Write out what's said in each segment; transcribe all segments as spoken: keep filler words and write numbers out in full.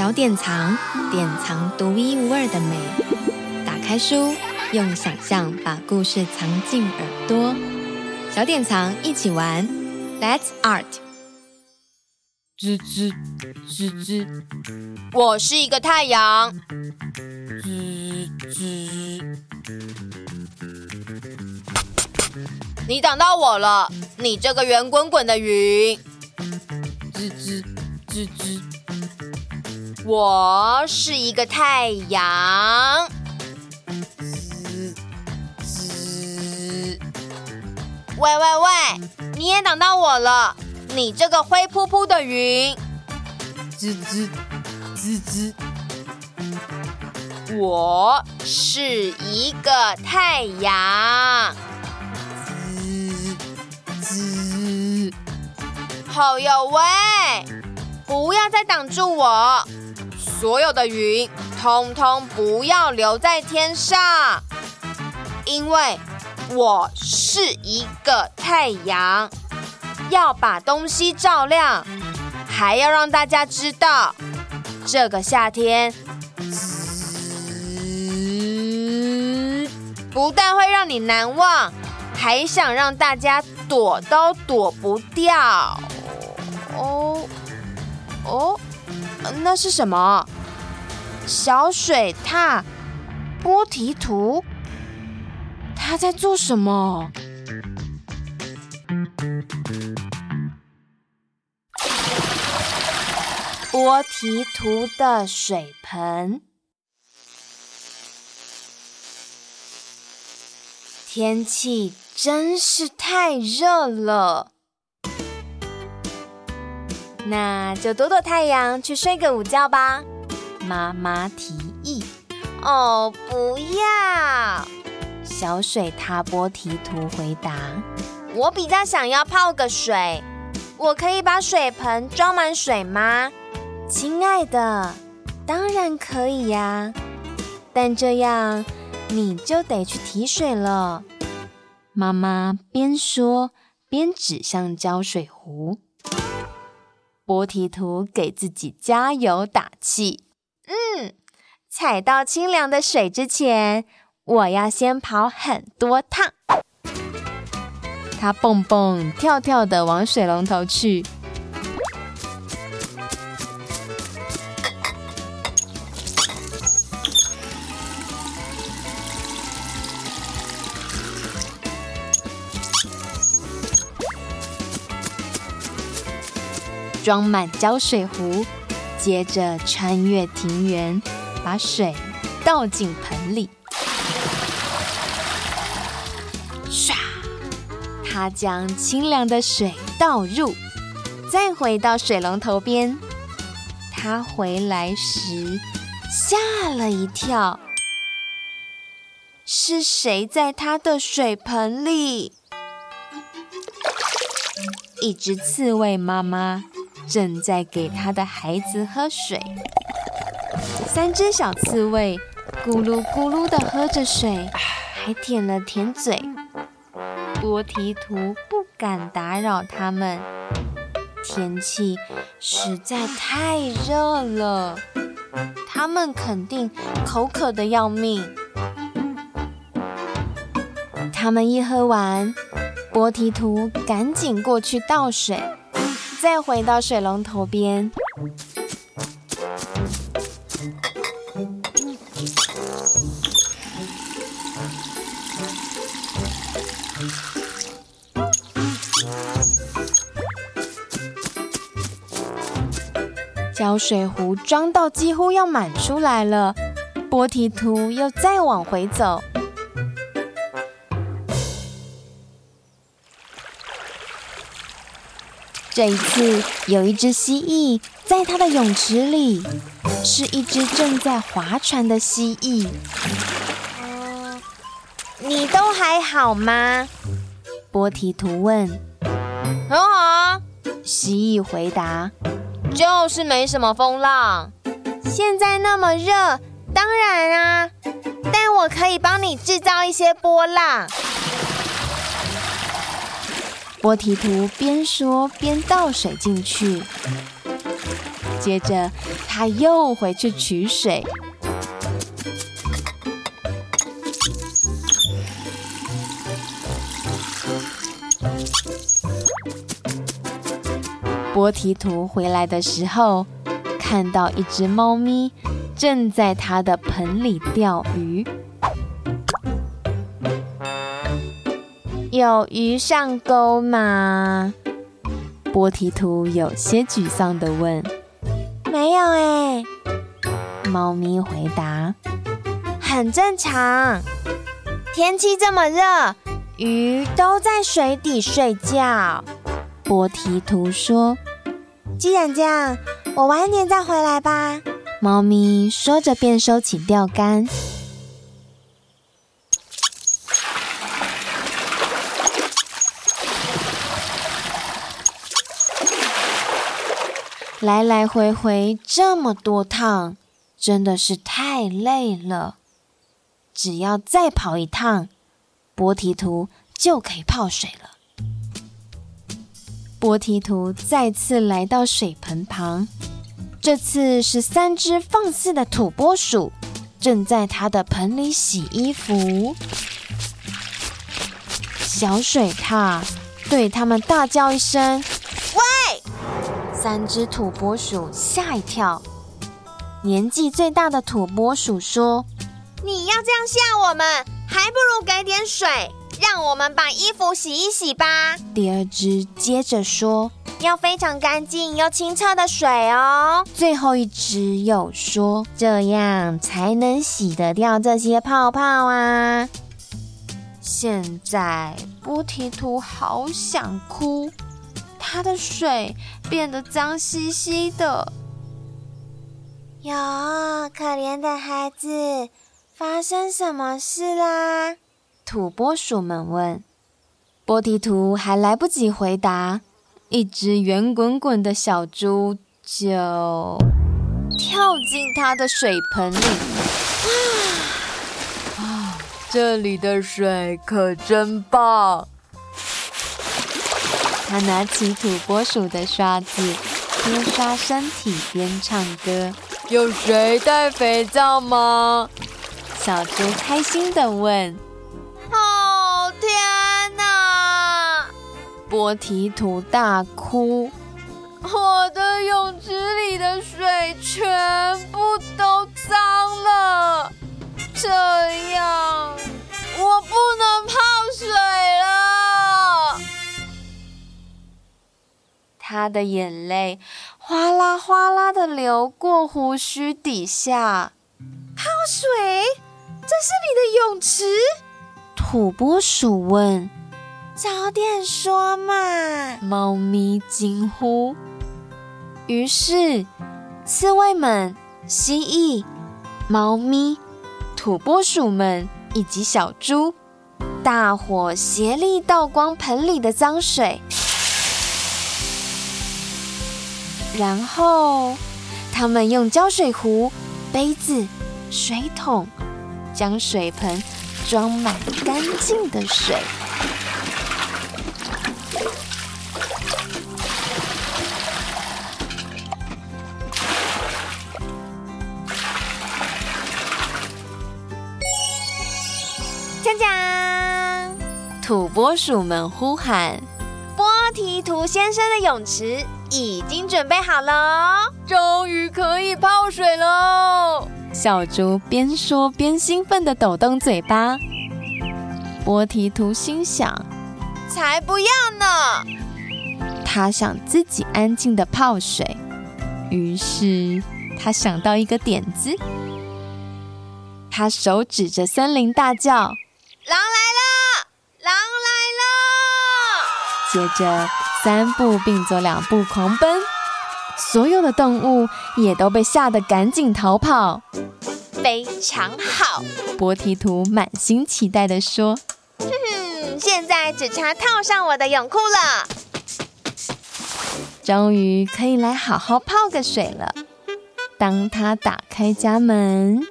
小典藏，典藏独一无二的美。打开书，用想象把故事藏进耳朵。小典藏一起玩 ，Let's Art。 吱吱吱吱，我是一个太阳。吱吱，你挡到我了，你这个圆滚滚的云。吱吱吱吱，我是一个太阳。吱吱，喂喂喂，你也挡到我了。你这个灰扑扑的云，吱吱吱吱，我是一个太阳，吱吱，好哟喂，不要再挡住我，所有的云通通不要留在天上，因为我是一个太阳。要把东西照亮，还要让大家知道，这个夏天，不但会让你难忘，还想让大家躲都躲不掉。哦哦，那是什么？小水獭，波提图，他在做什么？波提图的水盆。天气真是太热了，那就躲躲太阳，去睡个午觉吧。妈妈提议。哦，不要！小水獭波提图回答。我比较想要泡个水，我可以把水盆装满水吗？亲爱的，当然可以呀，但这样你就得去提水了。妈妈边说边指向浇水壶。波提图给自己加油打气。嗯，踩到清凉的水之前，我要先跑很多趟。他蹦蹦跳跳地往水龙头去。装满浇水壶，接着穿越庭园，把水倒进盆里。唰，他将清凉的水倒入，再回到水龙头边。他回来时吓了一跳，是谁在他的水盆里？一只刺猬妈妈正在给他的孩子喝水，三只小刺猬咕噜咕噜地喝着水，还舔了舔嘴。波提图不敢打扰他们，天气实在太热了，他们肯定口渴得要命。他们一喝完，波提图赶紧过去倒水，再回到水龙头边。浇水壶装到几乎要满出来了，波提图又再往回走。这一次，有一只蜥蜴在它的泳池里，是一只正在划船的蜥蜴。嗯，你都还好吗？波提图问。很好啊，蜥蜴回答。就是没什么风浪。现在那么热，当然啊，但我可以帮你制造一些波浪。波提图边说边倒水进去， 接着，他又回去取水。波提图回来的时候，看到一只猫咪正在他的盆里钓鱼。有鱼上钩吗？波提图有些沮丧地问。没有哎，猫咪回答。很正常，天气这么热，鱼都在水底睡觉。波提图说。既然这样，我晚点再回来吧。猫咪说着便收起钓竿。来来回回这么多趟，真的是太累了。只要再跑一趟，波提图就可以泡水了。波提图再次来到水盆旁，这次是三只放肆的土拨鼠，正在他的盆里洗衣服。小水獭对他们大叫一声：“喂！”三只土拨鼠吓一跳。年纪最大的土拨鼠说：“你要这样吓我们，还不如给点水。让我们把衣服洗一洗吧。”第二只接着说：“要非常干净又清澈的水哦。”最后一只又说：“这样才能洗得掉这些泡泡啊。”现在波提图好想哭，他的水变得脏兮兮的。哟，可怜的孩子，发生什么事啦？土拨鼠们问。波提图还来不及回答，一只圆滚滚的小猪就跳进他的水盆里。哇！这里的水可真棒！他拿起土拨鼠的刷子，边刷身体边唱歌。有谁带肥皂吗？小猪开心地问。哦，天哪！波提图大哭，我的泳池里的水全部都脏了，这样我不能泡水了。他的眼泪哗啦哗啦地流过胡须底下。泡水？这是你的泳池？土拨鼠问。早点说嘛！猫咪惊呼。于是，刺猬们、蜥蜴、猫咪、土拨鼠们以及小猪，大伙协力倒光盆里的脏水。然后，他们用胶水壶、杯子、水桶，将水盆装满干净的水。锵锵！土拨鼠们呼喊：“波提图先生的泳池已经准备好了哦，终于可以泡水喽！”小猪边说边兴奋地抖动嘴巴。波提图心想：才不要呢！他想自己安静地泡水，于是他想到一个点子。他手指着森林大叫：“狼来了！狼来了！”接着三步并作两步狂奔，所有的动物也都被吓得赶紧逃跑。非常好，波提图满心期待地说：“嗯，现在只差套上我的泳裤了，终于可以来好好泡个水了。”当他打开家门，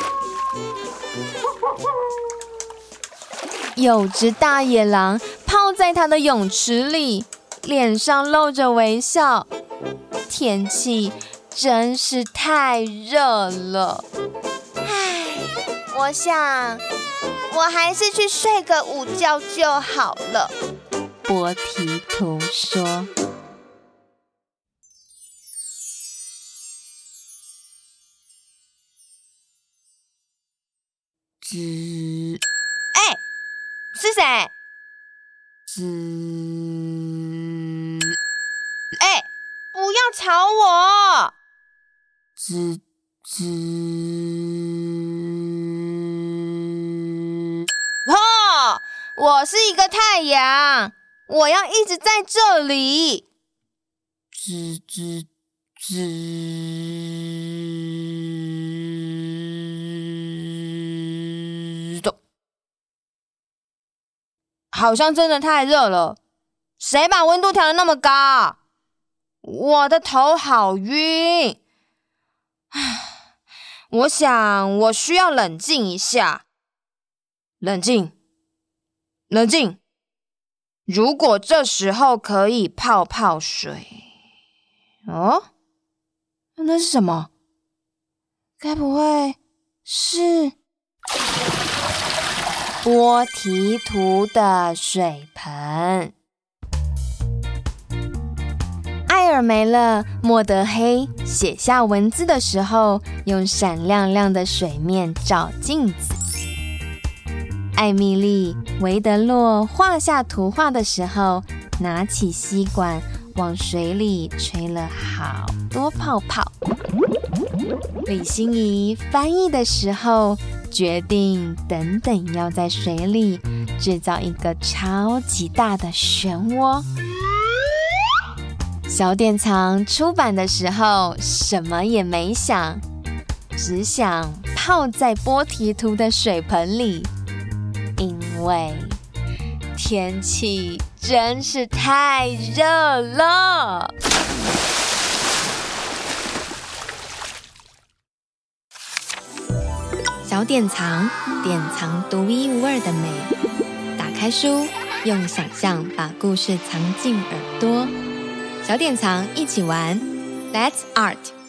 有只大野狼泡在他的泳池里，脸上露着微笑。天气真是太热了。唉，我想我还是去睡个午觉就好了。波提图说。吱，哎，是谁？吱，哎，不要吵我！吱吱，哦，我是一个太阳，我要一直在这里。吱吱吱的，好像真的太热了。谁把温度调得那么高？我的头好晕。唉，我想我需要冷静一下。冷静，冷静。如果这时候可以泡泡水，哦，那是什么？该不会是波提图的水盆？艾尔梅勒·莫德黑写下文字的时候，用闪亮亮的水面照镜子。艾米丽·维德洛画下图画的时候，拿起吸管往水里吹了好多泡泡。李欣怡翻译的时候，决定等等要在水里制造一个超级大的漩涡。小典藏出版的时候，什么也没想，只想泡在波提图的水盆里，因为天气真是太热了。 小典藏，典藏独一无二的美。打开书，用想象把故事藏进耳朵。小典藏一起玩 ，Let's Art。